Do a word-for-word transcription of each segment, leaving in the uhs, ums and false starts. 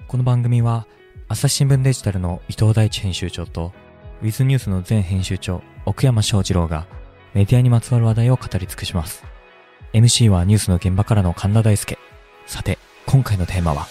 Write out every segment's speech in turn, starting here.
この番組は朝日新聞デジタルの伊藤大地編集長とウィズニュースの前編集長奥山翔二郎がメディアにまつわる話題を語り尽くします。 エムシー はニュースの現場からの神田大輔。さて今回のテーマは、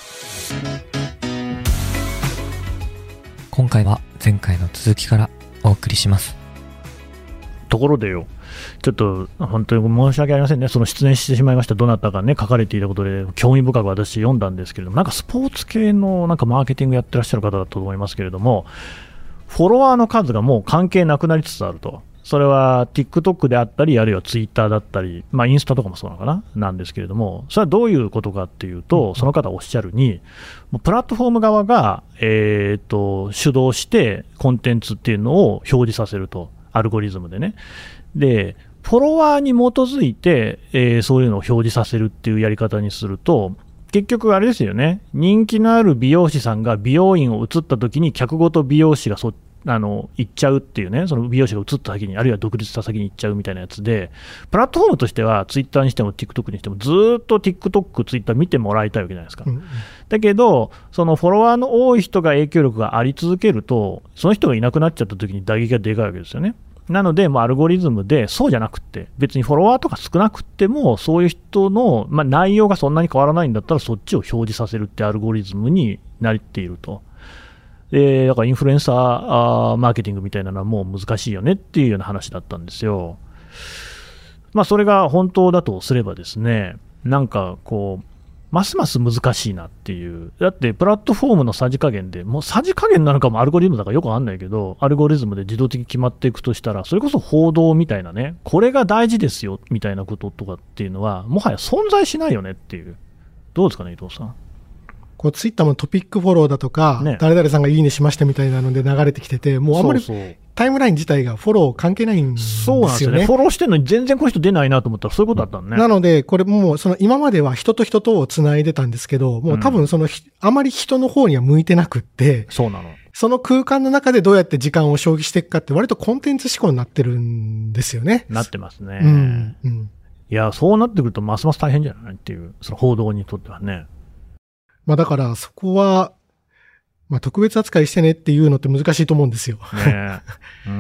今回は前回の続きからお送りします。 ところでよ、ちょっと本当に申し訳ありませんね、その出演してしまいましたどなたかね書かれていたことで興味深く私読んだんですけれども、なんかスポーツ系のなんかマーケティングやってらっしゃる方だと思いますけれども、フォロワーの数がもう関係なくなりつつあると。それは TikTok であったり、あるいは Twitter だったり、まあ、インスタとかもそうなのかななんですけれども、それはどういうことかっていうと、その方おっしゃるに、もうプラットフォーム側が、えー、と主導してコンテンツっていうのを表示させると、アルゴリズムでね。でフォロワーに基づいて、えー、そういうのを表示させるっていうやり方にすると、結局あれですよね、人気のある美容師さんが美容院を移った時に客ごと美容師がそあの行っちゃうっていうね、その美容師が移った先に、あるいは独立した先に行っちゃうみたいなやつで、プラットフォームとしてはツイッターにしても TikTok にしてもずっと TikTok、ツイッター見てもらいたいわけじゃないですか、うん、だけどそのフォロワーの多い人が影響力があり続けると、その人がいなくなっちゃった時に打撃がでかいわけですよね。なので、もうアルゴリズムでそうじゃなくて、別にフォロワーとか少なくても、そういう人の、まあ、内容がそんなに変わらないんだったら、そっちを表示させるってアルゴリズムになっていると。でだからインフルエンサーあーマーケティングみたいなのはもう難しいよねっていうような話だったんですよ。まあ、それが本当だとすればですね、なんかこう、ますます難しいなっていう。だってプラットフォームのさじ加減で、もうさじ加減なのかもアルゴリズムだからよくわかんないけど、アルゴリズムで自動的に決まっていくとしたら、それこそ報道みたいなね、これが大事ですよみたいなこととかっていうのはもはや存在しないよねっていう。どうですかね、伊藤さん。 こうツイッターもトピックフォローだとか、ね、誰々さんがいいねしましたみたいなので流れてきてて、もうあんまりタイムライン自体がフォロー関係ないんですよね。そうなんですよね。 フォローしてるのに全然この人出ないなと思ったらそういうことだったのね。 なので、これもうその今までは人と人とをつないでたんですけど、もう多分その、うん、あまり人の方には向いてなくって、 そうなの。 その空間の中でどうやって時間を消費していくかって割とコンテンツ思考になってるんですよね。 なってますね。 うんうん、 いや、そうなってくるとますます大変じゃないっていう、その報道にとってはね。 まあだからそこは、まあ特別扱いしてねっていうのって難しいと思うんですよ。 ねうん、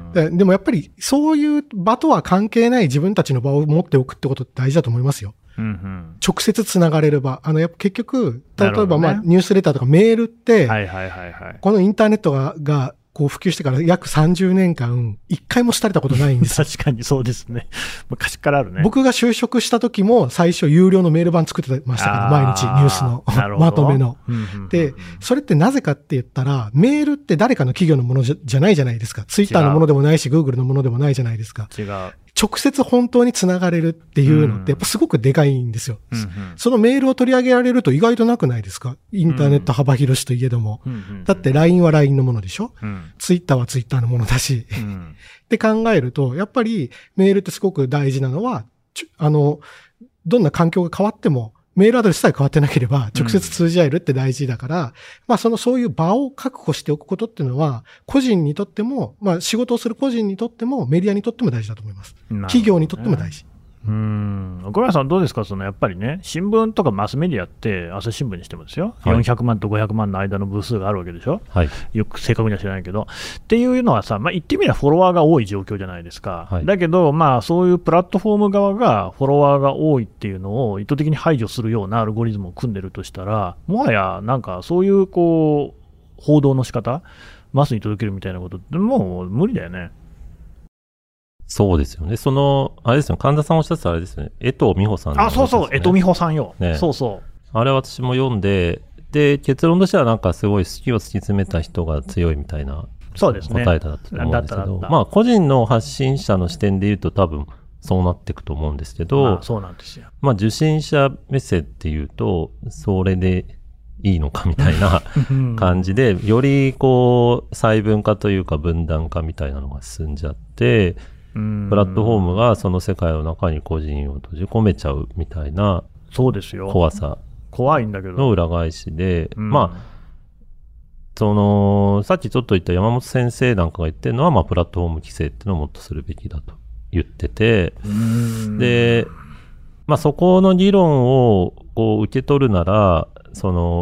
で, でもやっぱりそういう場とは関係ない自分たちの場を持っておくってことって大事だと思いますよ。 うんうん、 直接つながれる場。あのやっぱ結局、例えばまあニュースレターとかメールって、 はいはいはいはい、 このインターネットが、がこう普及してから約さんじゅうねんかん、一回も廃れたことないんですよ。 確かにそうですね。昔からあるね。 僕が就職した時も最初有料のメール版作ってましたけど、毎日ニュースのまとめの。で、それってなぜかって言ったら、メールって誰かの企業のものじ ゃ, じゃないじゃないですか。ツイッターのものでもないし、グーグルのものでもないじゃないですか。 違う。 直接本当につながれるっていうのってやっぱすごくでかいんですよ、うんうん、そのメールを取り上げられると意外となくないですか。インターネット幅広しといえども、うんうん、だって ライン は ライン のものでしょ、うん、Twitter は Twitter のものだし、うん、って考えるとやっぱりメールってすごく大事なのは、あのどんな環境が変わってもメールアドレスさえ変わってなければ直接通じ合えるって大事だから、うん、まあそのそういう場を確保しておくことっていうのは個人にとっても、まあ仕事をする個人にとってもメディアにとっても大事だと思います。ね、企業にとっても大事。 うーん。小林さんどうですか、そのやっぱりね、新聞とかマスメディアって朝日新聞にしてもですよ、はい、よんひゃくまんとごひゃくまんの間の部数があるわけでしょ、はい、よく正確には知らないけどっていうのはさ、まあ、言ってみればフォロワーが多い状況じゃないですか、はい、だけど、まあ、そういうプラットフォーム側がフォロワーが多いっていうのを意図的に排除するようなアルゴリズムを組んでるとしたら、もはやなんかそういうこう報道の仕方、マスに届けるみたいなことってもう無理だよね。 そうですよね。その、あれですよ、神田さんおっしゃってたあれですよね。江藤美穂さん、ね。 あ、そうそう、江藤美穂さんよ。ね、そうそう。 あれ私も読んで、で、結論としてはなんかすごい好きを突き詰めた人が強いみたいなそうですね。 答えだったと思うんですけど、まあ個人の発信者の視点で言うと多分そうなっていくと思うんですけど、 まあ、そうなんですよ。 まあ受信者目線っていうと、それでいいのかみたいな感じで、よりこう細分化というか分断化みたいなのが進んじゃって、プラットフォームがその世界の中に個人を閉じ込めちゃうみたいな怖さ怖いんだけどの裏返しで、まあそのさっきちょっと言った山本先生なんかが言ってるのは、まあプラットフォーム規制っていうのをもっとするべきだと言ってて、で、まあそこの議論をこう受け取るなら、その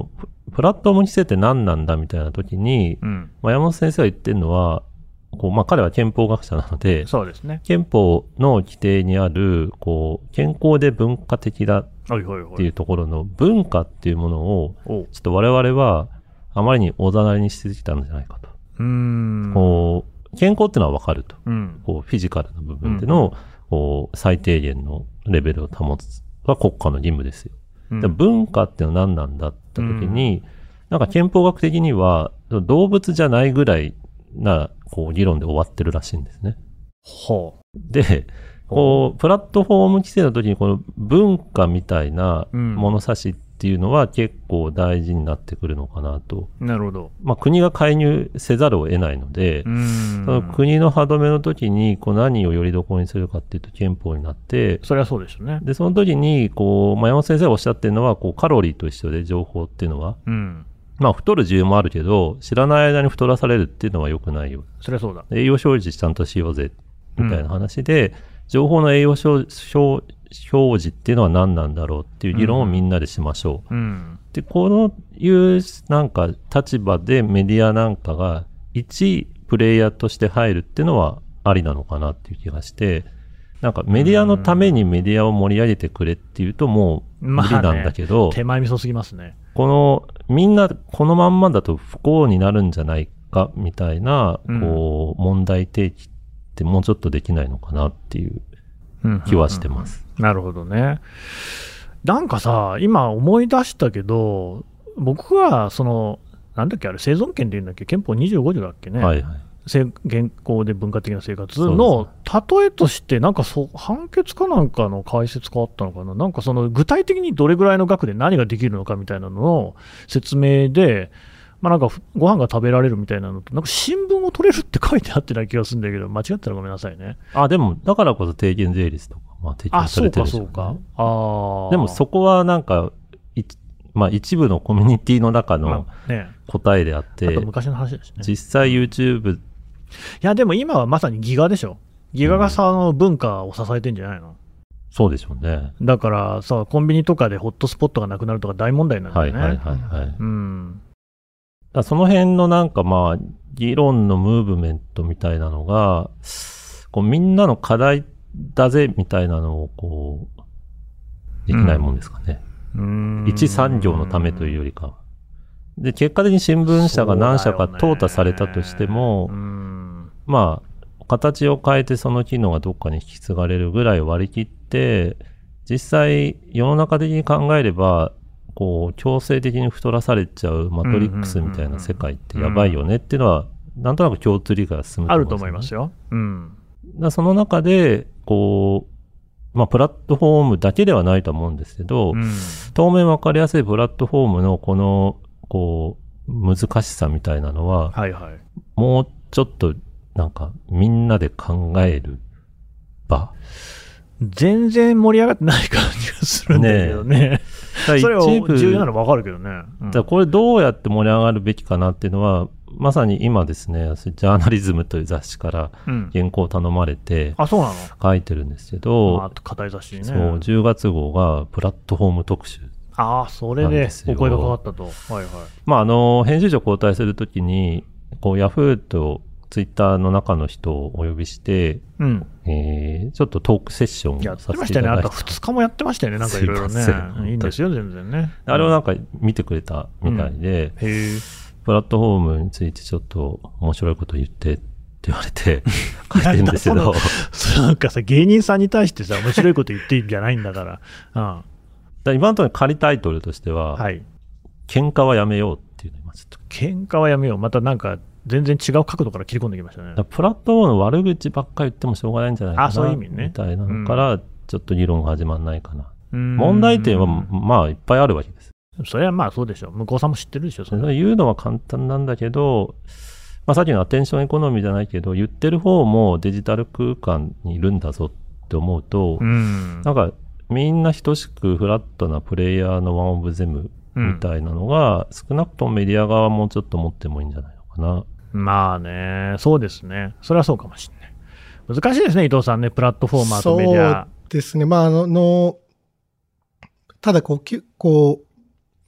プラットフォーム規制って何なんだみたいな時に、うん、まあ、山本先生が言ってるのは、こうまあ、彼は憲法学者なので、 そうですね。 憲法の規定にある、こう、健康で文化的だっていうところの文化っていうものを、ちょっと我々はあまりにおざなりにしてきたんじゃないかと。 うーんこう健康っていうのは分かると。 うん、 こうフィジカルな部分での、うん、こう最低限のレベルを保つは国家の義務ですよ。うん、で文化っていうのは何なんだって時に、うん、なんか憲法学的には動物じゃないぐらいなこう議論で終わってるらしいんですね。 はあ、 で、こうプラットフォーム規制の時にこの文化みたいな物差しっていうのは結構大事になってくるのかなと。 なるほど。 まあ国が介入せざるを得ないので、 うん、 その国の歯止めの時にこう何をよりどころにするかっていうと憲法になって、 それはそうですよね。 でその時にこう、まあ、山本先生がおっしゃってるのはこうカロリーと一緒で情報っていうのは、 うん、 まあ太る需要もあるけど知らない間に太らされるっていうのは良くないよ。 それはそうだ。 栄養表示ちゃんとしようぜみたいな話で、うん、情報の栄養表示っていうのは何なんだろうっていう議論をみんなでしましょう。 うんうんで、このいうなんか立場でメディアなんかが一プレイヤーとして入るっていうのはありなのかなっていう気がして、なんかメディアのためにメディアを盛り上げてくれっていうともう無理なんだけど、 まあね、手前味噌すぎますね。 このみんなこのまんまだと不幸になるんじゃないかみたいな、 うん、 こう問題提起ってもうちょっとできないのかなっていう気はしてます。 うんうんうん、なるほどね。なんかさ、今思い出したけど、僕はそのなんだっけあれ生存権っていうんだっけ、憲法にじゅうご条だっけね、 はいはい、 健康で文化的な生活の例えとして、なんかそう判決かなんかの解説があったのかな、なんかその具体的にどれぐらいの額で何ができるのかみたいなのの説明で、まあ、なんかご飯が食べられるみたいなのと、なんか新聞を取れるって書いてあってない気がするんだけど、間違ったらごめんなさいね。 あ、でもだからこそ低減税率とか、まあ、適用されてるでしょうね。 あ、そうかそうか。あでもそこはなんかまあ、一部のコミュニティの中の答えであって、 まあね、あと昔の話だしね。 実際 YouTube、 いやでも今はまさにギガでしょ。ギガがさ、の文化を支えてんじゃないの、うん、 そうでしょうね。 だからさ、コンビニとかでホットスポットがなくなるとか大問題なんだよね。 はいはいはいはい。 うん、 だその辺のなんかまあ議論のムーブメントみたいなのがこうみんなの課題だぜみたいなのをこうできないもんですかね。 うん、 一産業のためというよりかで、結果的に新聞社が何社か淘汰されたとしても、 ね、うんまあ形を変えてその機能がどっかに引き継がれるぐらい割り切って、実際世の中的に考えればこう強制的に太らされちゃうマトリックスみたいな世界ってやばいよねっていうのはなんとなく共通理解が進むと思います、ね、 あると思いますよ。うん、 だその中でこうまあ、プラットフォームだけではないと思うんですけど、 うん、 当面わかりやすいプラットフォームのこの、こう、難しさみたいなのは、 はいはい、 もうちょっと、なんか、みんなで考える場。 全然盛り上がってない感じがするんだけどね。ねそれは重要なのわかるけどね。 うん、だこれどうやって盛り上がるべきかなっていうのは、まさに今ですね、ジャーナリズムという雑誌から原稿を頼まれて書いてるんですけど、 うん、あと硬い雑誌にね。 そう、じゅうがつ号がプラットフォーム特集。 ああ、それでお声がかかったと。はいはい。 まあ、あの、編集長交代するときに、こう、ヤフーとツイッターの中の人をお呼びして、 うん、 えー、ちょっとトークセッションをさせていただいて。やってましたよね。 あとふつかもやってましたよね。なんかいろいろね。いいんですよ、全然ね。 あれをなんか見てくれたみたいで、 うん、へー。 プラットフォームについてちょっと面白いこと言ってって言われて書いてるんですけどそなんかさ、芸人さんに対してさ、面白いこと言っていいんじゃないんだから。うん、 だ今のところ仮タイトルとしては、 はい、 喧嘩はやめようっていうの今ちょっと。 喧嘩はやめよう。またなんか全然違う角度から切り込んできましたね。 プラットフォームの悪口ばっかり言ってもしょうがないんじゃないかな。 あ、そういう意味ね。 みたいなのから、ちょっと議論が始まらないかな。うん、問題点はまあいっぱいあるわけです。 それはまあそうでしょう。向こうさんも知ってるでしょ。 それ言うのは簡単なんだけど、まあ、さっきのアテンションエコノミーじゃないけど、言ってる方もデジタル空間にいるんだぞって思うと、 うん、 なんかみんな等しくフラットなプレイヤーのワンオブゼムみたいなのが、うん、少なくともメディア側はもうちょっと持ってもいいんじゃないのかな。 まあね、そうですね。それはそうかもしれない。難しいですね、伊藤さんね、プラットフォーマーとメディア。 そうですね。まあ、あの、ただこう、こう、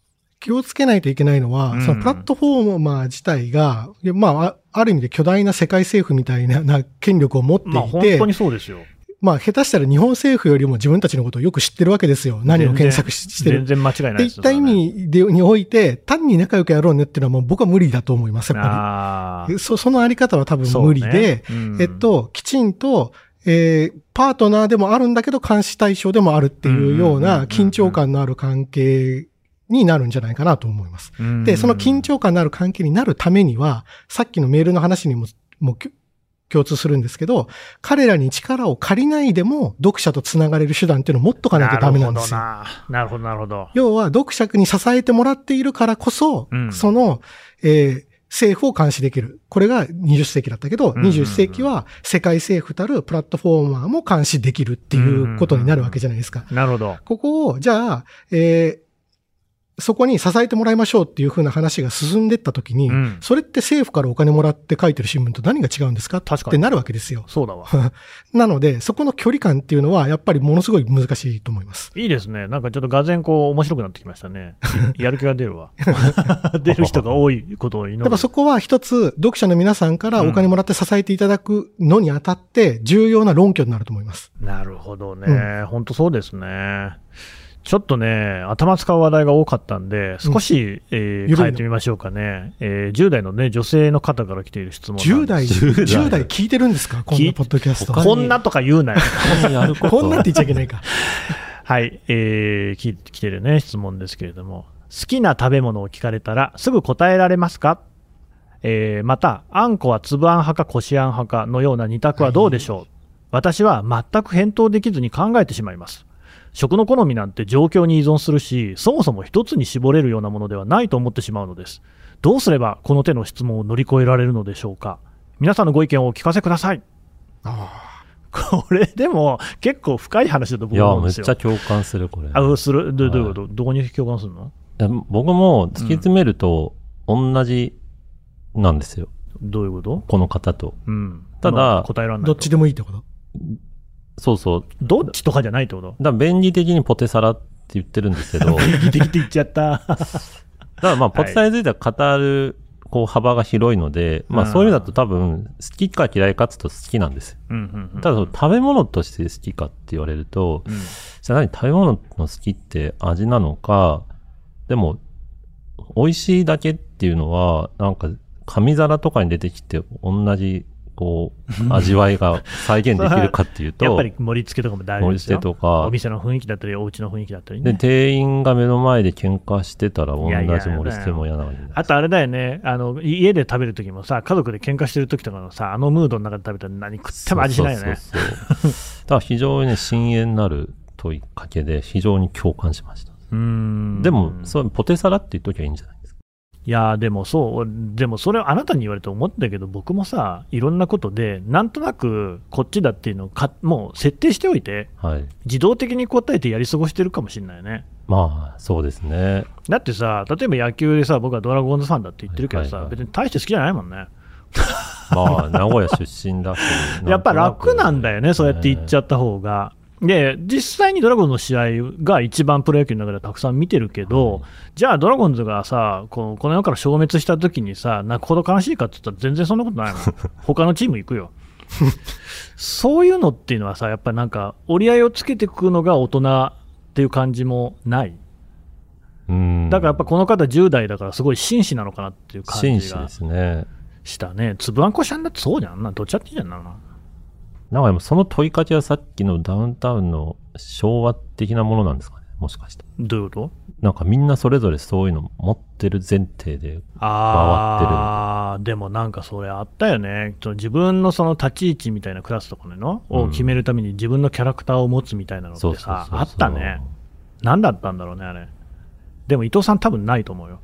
気をつけないといけないのは、うん、そのプラットフォーマー自体が、まあ、ある意味で巨大な世界政府みたいな権力を持っていて、まあ本当にそうですよ。 まあ、下手したら日本政府よりも自分たちのことをよく知ってるわけですよ。何を検索してる。 全然間違いないです。 っていった意味でにおいて、単に仲良くやろうねっていうのはもう僕は無理だと思います、やっぱり。そ, そのあり方は多分無理で、ねうん、えっと、きちんと、えー、パートナーでもあるんだけど監視対象でもあるっていうような緊張感のある関係になるんじゃないかなと思います。で、その緊張感のある関係になるためには、さっきのメールの話にも、もう共通するんですけど、彼らに力を借りないでも読者とつながれる手段っていうのを持っとかないとダメなんですよ。 なるほどな。なるほど、なるほど。 要は、読者に支えてもらっているからこそ、うん、その、えー、政府を監視できる。これがにじゅっ世紀だったけど、にじゅっ世紀は世界政府たるプラットフォーマーも監視できるっていうことになるわけじゃないですか。 なるほど。 ここを、じゃあ、えー、そこに支えてもらいましょうっていう風な話が進んでいったときに、うん、それって政府からお金もらって書いてる新聞と何が違うんですかってなるわけですよ。 そうだわ。 なので、そこの距離感っていうのはやっぱりものすごい難しいと思います。 いいですね。なんかちょっとがぜんこう面白くなってきましたね。やる気が出るわ。出る人が多いことを祈る。 やっぱそこは一つ読者の皆さんからお金もらって支えていただくのにあたって重要な論拠になると思います。 なるほどね。本当、うん、そうですね。ちょっとね、頭使う話題が多かったんで、少し、うんえー、変えてみましょうかね、えー。じゅう代のね、女性の方から来ている質問なんです。 じゅう代、じゅう代聞いてるんですかこんなポッドキャスト。 こんなとか言うなよ。 こんなって言っちゃいけないか。 はい、えー、き来てるね、質問ですけれども、好きな食べ物を聞かれたらすぐ答えられますか？えー、また、あんこは粒あん派かこしあん派かのような二択はどうでしょう？はい、私は全く返答できずに考えてしまいます。食の好みなんて状況に依存するし、そもそも一つに絞れるようなものではないと思ってしまうのです。どうすればこの手の質問を乗り越えられるのでしょうか。皆さんのご意見をお聞かせください。あこれでも結構深い話だと僕は思うんですよ。 いや、めっちゃ共感するこれ。 あ、する。どういうこと？どこに共感するの？ いや僕も突き詰めると同じなんですよ。 うん、どういうこと？ この方と。 うん、 ただ、まあ、 答えられない。 どっちでもいいってこと？ そうそう。 どっちとかじゃないってこと？ だから便利的にポテサラって言ってるんですけど。 便利的って言っちゃった。だからまあ、ポテサラについては語る、こう、幅が広いので、まあ、そういう意味だと多分、好きか嫌いかって言うと好きなんですよ。うんうんうん、ただ、食べ物として好きかって言われると、うん、じゃあ何、食べ物の好きって味なのか、でも、美味しいだけっていうのは、なんか、紙皿とかに出てきて同じ、こう、味わいが再現できるかっていうと、 やっぱり盛り付けとかも大事ですよ。 盛り付けとか。 お店の雰囲気だったり、お家の雰囲気だったりね。 で、店員が目の前で喧嘩してたら同じ盛り付けも嫌なわけです。 あとあれだよね、あの、家で食べるときもさ、家族で喧嘩してるときとかのさ、あのムードの中で食べたら何食っても味しないよね。そうそうそう。だから非常にね、深淵なる問いかけで、非常に共感しました。うーん。でも、そう、ポテサラって言っときゃいいんじゃない？ いやでもそう、でもそれをあなたに言われて思ったけど、僕もさ、いろんなことで、なんとなくこっちだっていうのをかもう設定しておいて、はい、自動的に答えてやり過ごしてるかもしれないよね。 まあ、そうですね。 だってさ、例えば野球でさ、僕はドラゴンズファンだって言ってるけどさ、はいはいはい、別に大して好きじゃないもんね。 まあ、名古屋出身だし、 やっぱ楽なんだよね、そうやって言っちゃった方が。で実際にドラゴンズの試合が一番プロ野球の中でたくさん見てるけど、はい、じゃあドラゴンズがさこの、この世から消滅した時にさ泣くほど悲しいかって言ったら全然そんなことないもん他のチーム行くよそういうのっていうのはさやっぱりなんか折り合いをつけていくのが大人っていう感じもない。うん、だからやっぱこの方じゅう代だからすごい紳士なのかなっていう感じがしたね。つぶあんこしゃんだってそうじゃんな、どっちだっていいじゃんな。 なんかでもその問いかけはさっきのダウンタウンの昭和的なものなんですかね、もしかして。 どういうこと？ なんかみんなそれぞれそういうの持ってる前提で回ってる。 ああ、でもなんかそれあったよね。自分のその立ち位置みたいなクラスとかのを決めるために自分のキャラクターを持つみたいなのってさ、あったね。何だったんだろうねあれ。でも伊藤さん多分ないと思うよ。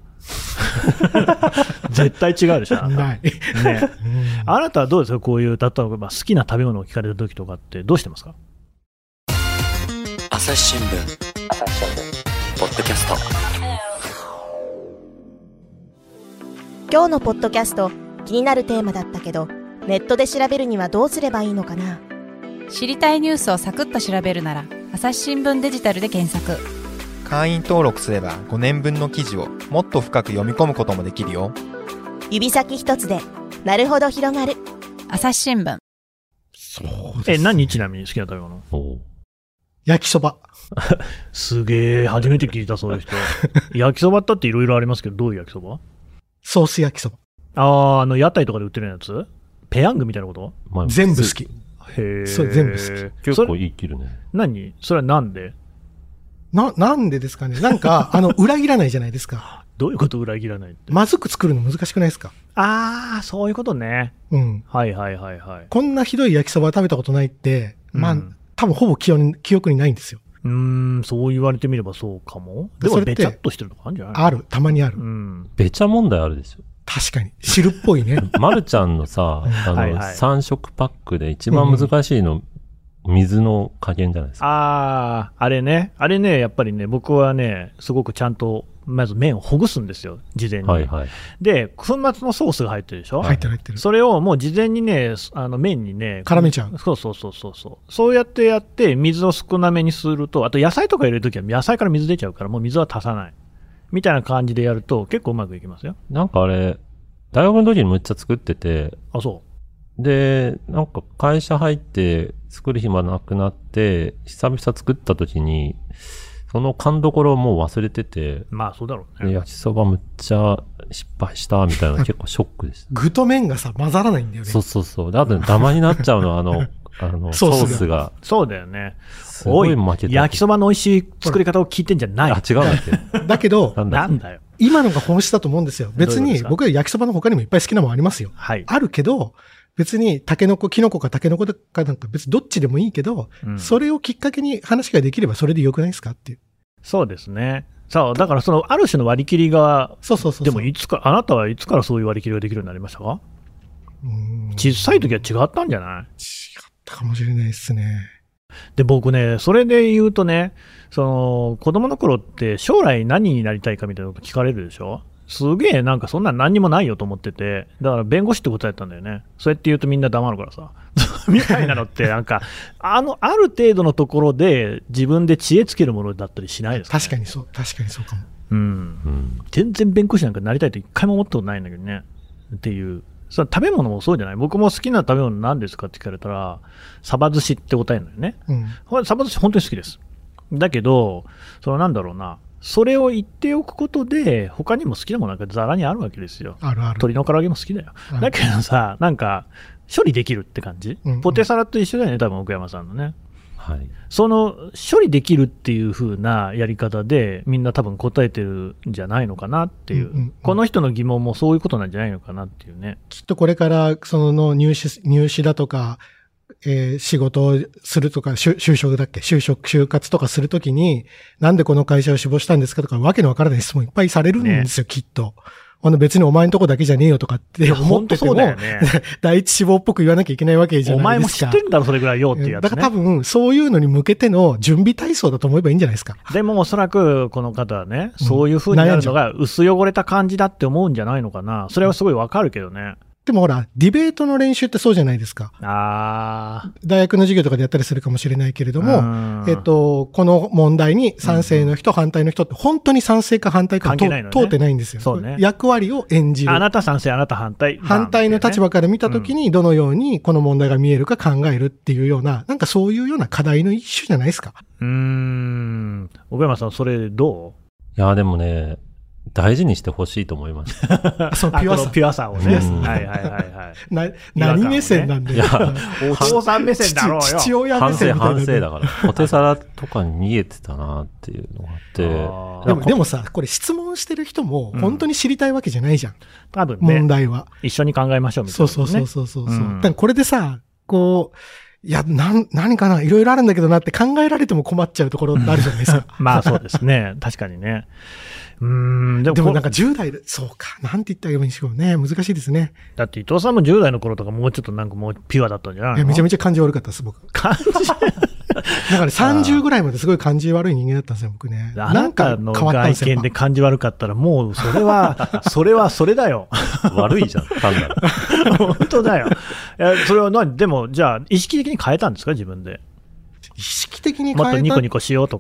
絶対違うでしょ。 ない、 ね、あなたはどうですか、こういう例えば好きな食べ物を聞かれた時とかってどうしてますか？ 朝日新聞ポッドキャスト。 今日のポッドキャスト気になるテーマだったけど、ネットで調べるにはどうすればいいのかな。 知りたいニュースをサクッと調べるなら朝日新聞デジタルで検索。 会員登録すればごねんぶんの記事をもっと深く読み込むこともできるよ。 指先一つでなるほど広がる。 朝日新聞。 そうです。 え、何ちなみに好きな食べ物？ 焼きそば。 すげえ、初めて聞いた、そういう人。焼きそばったっていろいろありますけど、どういう焼きそば？ ソース焼きそば。 あー、あの、屋台とかで売ってるやつ？ペヤングみたいなこと？ まあ全部好き。 へー。 それ全部好き。 結構言い切るね。 何？それはなんで？ な、なんでですかね。なんか、あの、裏切らないじゃないですか。 どういうこと裏切らないって？ まずく作るの難しくないですか？ あー、そういうことね。 うん。 はいはいはいはい。 こんなひどい焼きそば食べたことないって、まあ、 うん、 多分ほぼ記憶記憶にないんですよ。 うーん、そう言われてみればそうかも。でもべちゃっとしてるとかあるんじゃない？ ある、たまにある。 うん。 べちゃ問題あるでしょ。 確かに。汁っぽいね。 まるちゃんのさ、あの、 はいはいさん食パックで一番難しいの、水の加減じゃないですか。 あー、あれね。あれね、やっぱりね、僕はね、すごくちゃんと、まず麺をほぐすんですよ、事前に。 はいはい。 で、粉末のソースが入ってるでしょ？ 入ってる入ってる。 それをもう事前にね、あの麺にね、 絡めちゃう。 そうそうそうそうそう。そうやってやって、水を少なめにすると、あと野菜とか入れるときは野菜から水出ちゃうから、もう水は足さない。みたいな感じでやると、結構うまくいきますよ。 なんかあれ、大学の時にむっちゃ作ってて、 あ、そで、なんか会社入って作る暇なくなって、久々作った時に、その勘どころをもう忘れてて、 う。まあそうだろうね。 で焼きそばむっちゃ失敗したみたいな結構ショックでした。 具と麺がさ、混ざらないんだよね。 そうそうそう。で、あとねダマになっちゃうのはあの、あの、ソソースがースが。 そうだよね。 すごい負けた。 焼きそばの美味しい作り方を聞いてんじゃない。 あ、違うんだっけだけど、 なんだなんだよ。 今のが本質だと思うんですよ。別にどういうことですか？ 僕は焼きそばの他にもいっぱい好きなもんありますよ。 はい。 あるけど、別にタケノコ、キノコかタケノコかなんか別にどっちでもいいけど、 うん、 それをきっかけに話ができればそれでよくないですかっていう。 そうですね。そう、だからそのある種の割り切りが、 そうそうそうそう。 でもいつか、あなたはいつからそういう割り切りができるようになりましたか？ うーん小さい時は違ったんじゃない？ 違ったかもしれないですね。 で、僕ね、それで言うとね、その、子供の頃って将来何になりたいかみたいなこと聞かれるでしょ？すげえなんかそんなん何にもないよと思ってて、だから弁護士ってことやったんだよね。そうやって言うとみんな黙るからさ。みたいなのってなんか、あの、ある程度のところで自分で知恵つけるものだったりしないですかね？ 確かにそう、確かにそうかも。 うん。 うん。 全然弁護士なんかなりたいと一回も思ったことないんだけどね。っていう。その食べ物もそうじゃない？僕も好きな食べ物何ですかって聞かれたら、サバ寿司って答えるのよね。 うん。 ほんサバ寿司本当に好きです。だけど、そのなんだろうな、それを言っておくことで、他にも好きなものなんかざらにあるわけですよ。 あるある。 鶏の唐揚げも好きだよ。 うんだけどさ、なんか、処理できるって感じ、 うんうんポテサラと一緒だよね、多分奥山さんのね。 はい。 その処理できるっていう風なやり方で、みんな多分答えてるんじゃないのかなっていう、 うんうんうんこの人の疑問もそういうことなんじゃないのかなっていうね。 きっとこれから、その入試、入試だとか、えー仕事をするとか、就就職だっけ就職、就活とかするときに、なんでこの会社を志望したんですかとか、わけのわからない質問いっぱいされるんですよ、きっと。あの別にお前のとこだけじゃねえよとかって思ってても、 本当そうだよね第一志望っぽく言わなきゃいけないわけじゃお前もないですか。 知ってんだろ、それぐらいよっていうやつね。 だから多分、そういうのに向けての準備体操だと思えばいいんじゃないですか。 でもおそらくこの方はね、そういう風になるのが薄汚れた感じだって思うんじゃないのかな。それはすごいわかるけどね。 でもほら、ディベートの練習ってそうじゃないですか。 あ大学の授業とかでやったりするかもしれないけれどーも、 うんえっと、この問題に賛成の人、反対の人って本当に賛成か反対か関係ないのね通ってないんですよ。 そうね役割を演じる。 あなた賛成、あなた反対。 反対の立場から見たときにどのようにこの問題が見えるか考えるっていうような、なんかそういうような課題の一種じゃないですか。 うーん。奥山さん、それどいや、でもね、大事にしてほしいと思います。 そうう、 ピュアさ。 あこのピュアさをね。 うんはいはいはいはい。 な、何目線なんだよ。 いやお父さん目線だろうよ。 父父親目反省、 線みたいな。 反省だから。ポテサラとかに逃げてたなっていうのがあって。 あーでも、でもさ、これ質問してる人も本当に知りたいわけじゃないじゃん。 多分ね問、題は。 一緒に考えましょうみたいな、ね。 そうそうそうそうそう。ううんだからこれでさ、こう、いや、なん、何かな、いろいろあるんだけどなって考えられても困っちゃうところってあるじゃないですか。 まあそうですね。確かにね。うーん。でもこでもなんかじゅう代で、そうか、なんて言ってあげればいいんでしょうね。難しいですね。 だって伊藤さんもじゅう代の頃とかもうちょっとなんかもうピュアだったんじゃないの？ いや、めちゃめちゃ感じ悪かったです、僕。 感じだからさんじゅうぐらいまですごい感じ悪い人間だったんですよ、僕ね。 あなたの外見で感じ悪かったらもうそれは、それはそれだよ。 悪いじゃん、単なる。 本当だよ。いや、それは何でも、じゃあ、意識的に変えたんですか、自分で。 意識的に変えもた。 っとニコニコしようとか。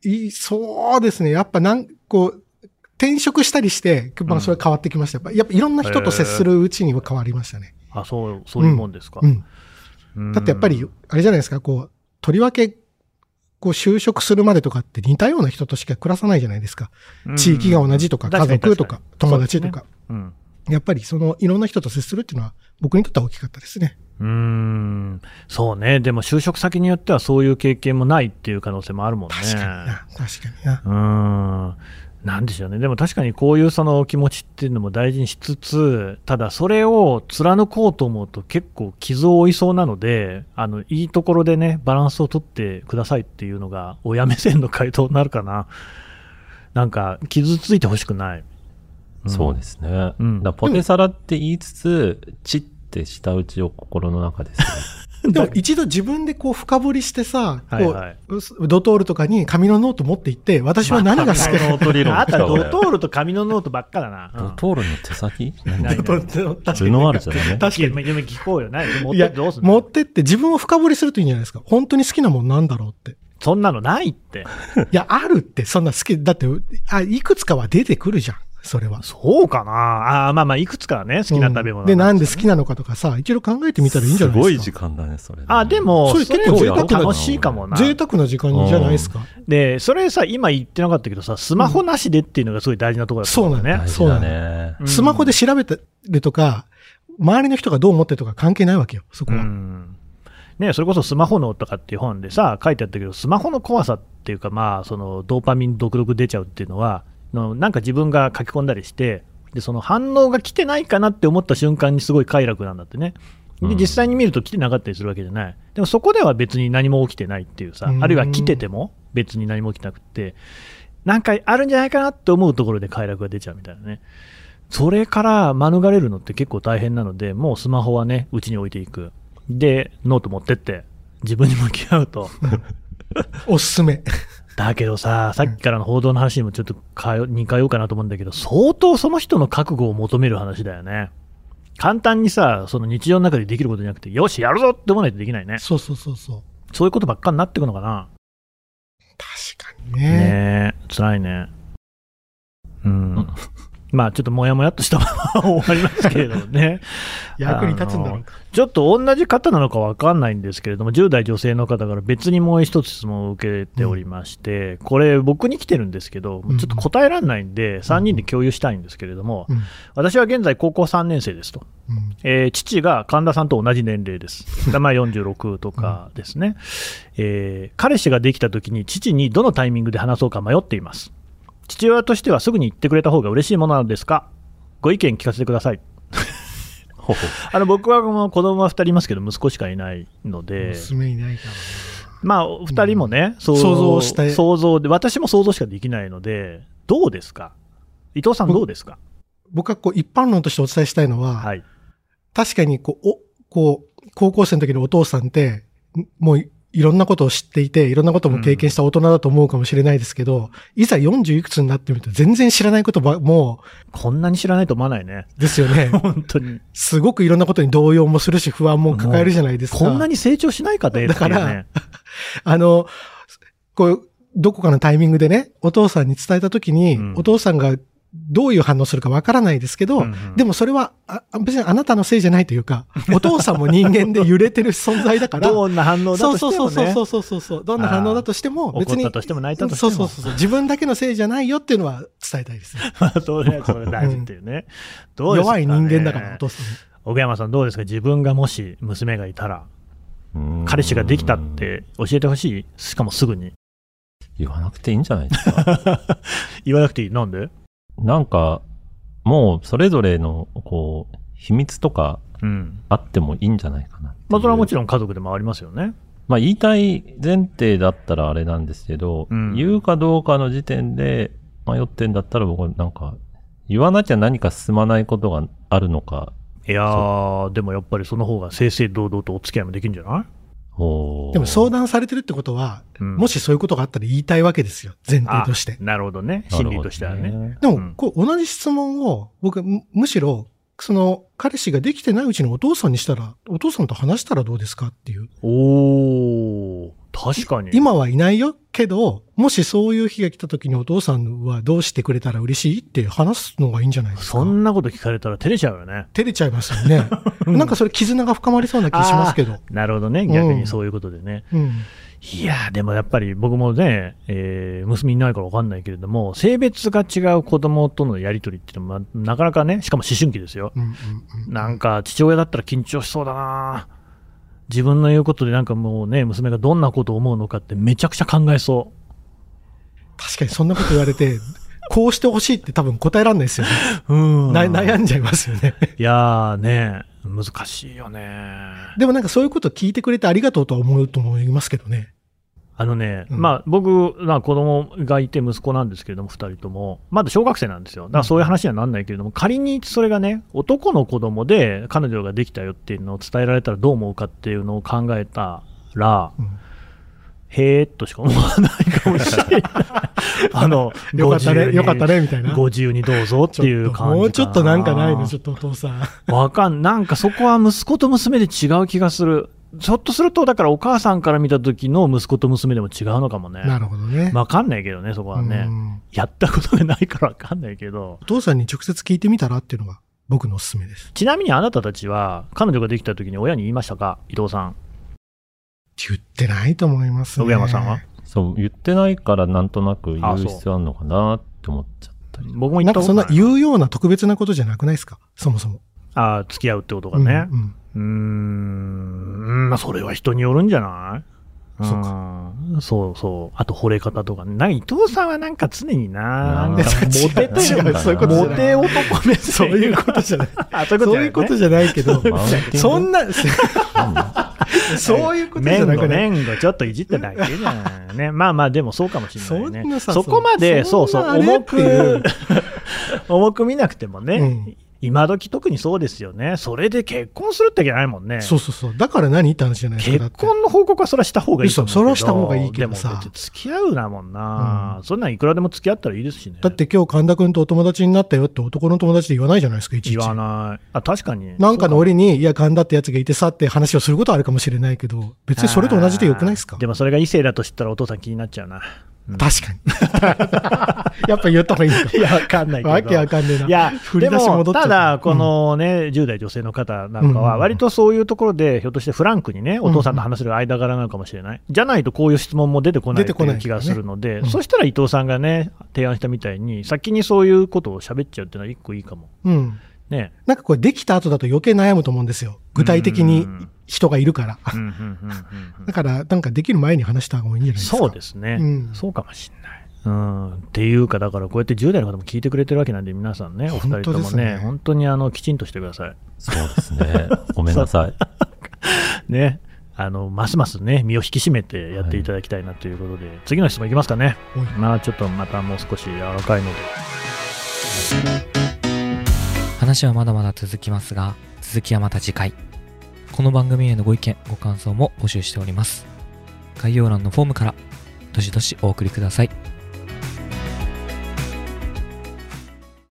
いそうですね。やっぱなん、こう、転職したりして、まあそれ変わってきました。やっぱ、やっぱいろんな人と接するうちには変わりましたね。 あ、そう、そういうもんですか。 うん。うん、だってやっぱり、あれじゃないですか、こう、とりわけ、こう就職するまでとかって似たような人としか暮らさないじゃないですか。うん、地域が同じとか、家族とか、友達とか。ね、うん、やっぱりその、いろんな人と接するっていうのは、僕にとっては大きかったですね。 うーん。そうね。でも就職先によってはそういう経験もないっていう可能性もあるもんね。 確かにな。確かにな。 うーん。なんでしょうね。でも確かにこういうその気持ちっていうのも大事にしつつ、ただそれを貫こうと思うと結構傷を負いそうなので、あの、いいところでね、バランスを取ってくださいっていうのが親目線の回答になるかな。なんか傷ついてほしくない。 うん、そうですね。うん、だポテサラって言いつつ、チッって舌打ちを心の中ですね。 でも一度自分でこう深掘りしてさ、こう、はいはい、ドトールとかに紙のノート持って行って、私は何が好きなの、 まあ、あとドトールと紙のノートばっかだな。 ドトールの手先ドトール確かに。ルノワールじゃダメ？ 確かに。でも聞こうよ。何持ってってどうすんの？ 持ってって自分を深掘りするといいんじゃないですか。本当に好きなもんなんだろうって。 そんなのないって。 いや、あるって、そんな好き、だって、あ、いくつかは出てくるじゃん。それは。 そうかなああ、まあまあ、いくつかはね、好きな食べ物、 うん。で、なんで好きなのかとかさ、一度考えてみたらいいんじゃないですか。 すごい時間だね、それ、ね。 あ、でも、 それ結構贅沢な、 楽しいかもな。 贅沢な時間じゃないですか。 で、それさ、今言ってなかったけどさ、スマホなしでっていうのがすごい大事なところだったんだよね。 そうだね。スマホで調べてるとか、周りの人がどう思ってるとか関係ないわけよ、そこは。うんね、それこそスマホ脳とかっていう本でさ、書いてあったけど、スマホの怖さっていうか、まあ、そのドーパミン独々出ちゃうっていうのは、のなんか自分が書き込んだりして、でその反応が来てないかなって思った瞬間にすごい快楽なんだってね。で実際に見ると来てなかったりするわけじゃない。でもそこでは別に何も起きてないっていうさ、あるいは来てても別に何も起きなくて、なんかあるんじゃないかなって思うところで快楽が出ちゃうみたいなね。それから免れるのって結構大変なので、もうスマホはね、うちに置いていく。で、ノート持ってって、自分に向き合うと。 おすすめ。 だけどさ、さっきからの報道の話にもちょっと似通うかなと思うんだけど、相当その人の覚悟を求める話だよね。簡単にさ、その日常の中でできることじゃなくて、よし、やるぞって思わないとできないね。 そうそうそうそう。 そういうことばっかになってくのかな。 確かにね。 ねえ、辛いね。うん。まあちょっともやもやっとしたまま終わりますけれどもね。 役に立つんだろうか。 ちょっと同じ方なのか分かんないんですけれども、じゅう代女性の方から別にもう一つ質問を受けておりまして、うん、これ僕に来てるんですけど、ちょっと答えられないんで、さんにんで共有したいんですけれども、うん、私は現在高校さんねん生ですと。うんえー、父が神田さんと同じ年齢です。まあよんじゅうろくとかですね、えー。彼氏ができたときに父にどのタイミングで話そうか迷っています。父親としてはすぐに言ってくれた方が嬉しいものなのですか？ご意見聞かせてください。あの僕はもう子供はふたりいますけど息子しかいないので、 娘いないからね。 まあふたりもね、 うん、想像したい想像で、私も想像しかできないので、どうですか？伊藤さんどうですか？ 僕はこう一般論としてお伝えしたいのは、はい、確かにこうおこう高校生の時のお父さんってもういろんなことを知っていて、いろんなことも経験した大人だと思うかもしれないですけど、うん、いざよんじゅういくつになってみると全然知らないことば、もう。 こんなに知らないと思わないね。 ですよね。 本当に。 すごくいろんなことに動揺もするし、不安も抱えるじゃないですか。 こんなに成長しないかね。 だから、あの、こう、どこかのタイミングでね、お父さんに伝えたときに、うん、お父さんがどういう反応するかわからないですけど、うんうん、でもそれはあ別にあなたのせいじゃないというか、お父さんも人間で揺れてる存在だから、 どんな反応だとしてもね。 そうそうそうそうそう、どんな反応だとしても別に、 怒ったとしても泣いたとしても、 そうそうそう、自分だけのせいじゃないよっていうのは伝えたいですね。 まあそれはそれ大事っていうね。どうですかね。 弱い人間だからお父さん。 奥山さんどうですか？自分がもし娘がいたら、彼氏ができたって教えてほしい？しかもすぐに。 言わなくていいんじゃないですか。 言わなくていい？なんで？ なんかもうそれぞれのこう秘密とかあってもいいんじゃないかな、うん、 まあそれはもちろん家族でもありますよね。 まあ言いたい前提だったらあれなんですけど、うん、言うかどうかの時点で迷ってんだったら僕はなんか言わなきゃ何か進まないことがあるのか。 いやーでもやっぱりその方が正々堂々とお付き合いもできるんじゃない？ でも相談されてるってことは、うん、もしそういうことがあったら言いたいわけですよ、前提として。 なるほどね。心理としてはね。 でも、うん、こう同じ質問を、僕、むしろ、その、彼氏ができてないうちにお父さんにしたら、お父さんと話したらどうですかっていう。 おー。 確かに。 今はいないよけど、もしそういう日が来た時にお父さんはどうしてくれたら嬉しいって話すのがいいんじゃないですか。 そんなこと聞かれたら照れちゃうよね。 照れちゃいますよね。なんかそれ絆が深まりそうな気しますけど。 なるほどね。逆にそういうことでね。うんうん、いやーでもやっぱり僕もね、えー、娘いないから分かんないけれども、性別が違う子供とのやり取りっていうのはなかなかね、しかも思春期ですよ。うんうんうん、なんか父親だったら緊張しそうだな。自分の言うことでなんかもうね、娘がどんなことを思うのかってめちゃくちゃ考えそう。 確かにそんなこと言われて、こうしてほしいって多分答えらんないですよね。うんな悩んじゃいますよね。 いやーね、難しいよね。 でもなんかそういうこと聞いてくれてありがとうとは思うと思いますけどね。 あのね、うん、まあ僕、まあ、子供がいて息子なんですけれども、ふたりとも、まだ小学生なんですよ。だからそういう話にはなんないけれども、うん、仮にそれがね、男の子供で彼女ができたよっていうのを伝えられたらどう思うかっていうのを考えたら、うん、へーっとしか思わないかもしれない。あの、 よかったね、よかったね、みたいな。 ご自由にどうぞっていう感じかな。 もうちょっとなんかないの、ちょっとお父さん。 わかん、なんかそこは息子と娘で違う気がする。ひょっとすると、だからお母さんから見た時の息子と娘でも違うのかもね。 なるほどね。 わかんないけどね、そこはね。やったことがないからわかんないけど。 お父さんに直接聞いてみたらっていうのが僕のおすすめです。 ちなみにあなたたちは、彼女ができた時に親に言いましたか、伊藤さん。 言ってないと思いますね。 信山さんはそう、言ってないからなんとなく言う必要あるのかなって思っちゃったり。 僕も言ったことない。 なんかそんな言うような特別なことじゃなくないですか、そもそも。 ああ、付き合うってことがね。うん、うん、うーん、まあ、それは人によるんじゃないそうか。そうそう。あと、惚れ方とかね。なんか伊藤さんはなんか常にな、なんかモテてる。モテ男目そういうことじゃない。 あ、そういうことじゃない、ね。 そういうことじゃないけど、そんな、そういうことじゃなくない。 面後ちょっといじっただけじゃん。ね。まあまあ、でもそうかもしれないね。そこまで、そうそう、重く、重く見なくてもね。うん今時特にそうですよね。それで結婚するっていけないもんね。 そうそうそう。だから何って話じゃないですか。 結婚の報告はそれはした方がいいと思うけど。 それはした方がいいけどさ。 でも別に付き合うなもんな、うん。そんなんいくらでも付き合ったらいいですしね。 だって今日神田くんとお友達になったよって男の友達で言わないじゃないですか、いちいち。 言わない。あ、確かに。 なんかの折に、いや神田ってやつがいてさって話をすることはあるかもしれないけど、別にそれと同じでよくないですか。 でもそれが異性だと知ったらお父さん気になっちゃうな。 うん、確かに。やっぱ言った方がいいのか。 いや、わかんないけど。 わけわかんねえな。 いや、でも、ただ、このね、うん、じゅう代女性の方なんかは、割とそういうところで、ひょっとしてフランクにね、お父さんと話せる間柄なのかもしれない。じゃないと、こういう質問も出てこないという気がするので、ねうん、そしたら伊藤さんがね、提案したみたいに、先にそういうことを喋っちゃうっていうのは一個いいかも。うん。ね。 なんかこれ、できた後だと余計悩むと思うんですよ。具体的に人がいるから。だから、なんかできる前に話した方がいいんじゃないですか。 そうですね。うん、そうかもしれない。うん、っていうか、だからこうやってじゅう代の方も聞いてくれてるわけなんで、皆さんね、お二人ともね、本当にあのきちんとしてください。 そうですね。ごめんなさい。 ね、あのますますね、身を引き締めてやっていただきたいなということで、はい、次の質問いきますかね。まあちょっとまたもう少し柔らかいので。 話はまだまだ続きますが、続きはまた次回。この番組へのご意見、ご感想も募集しております。概要欄のフォームからどしどしお送りください。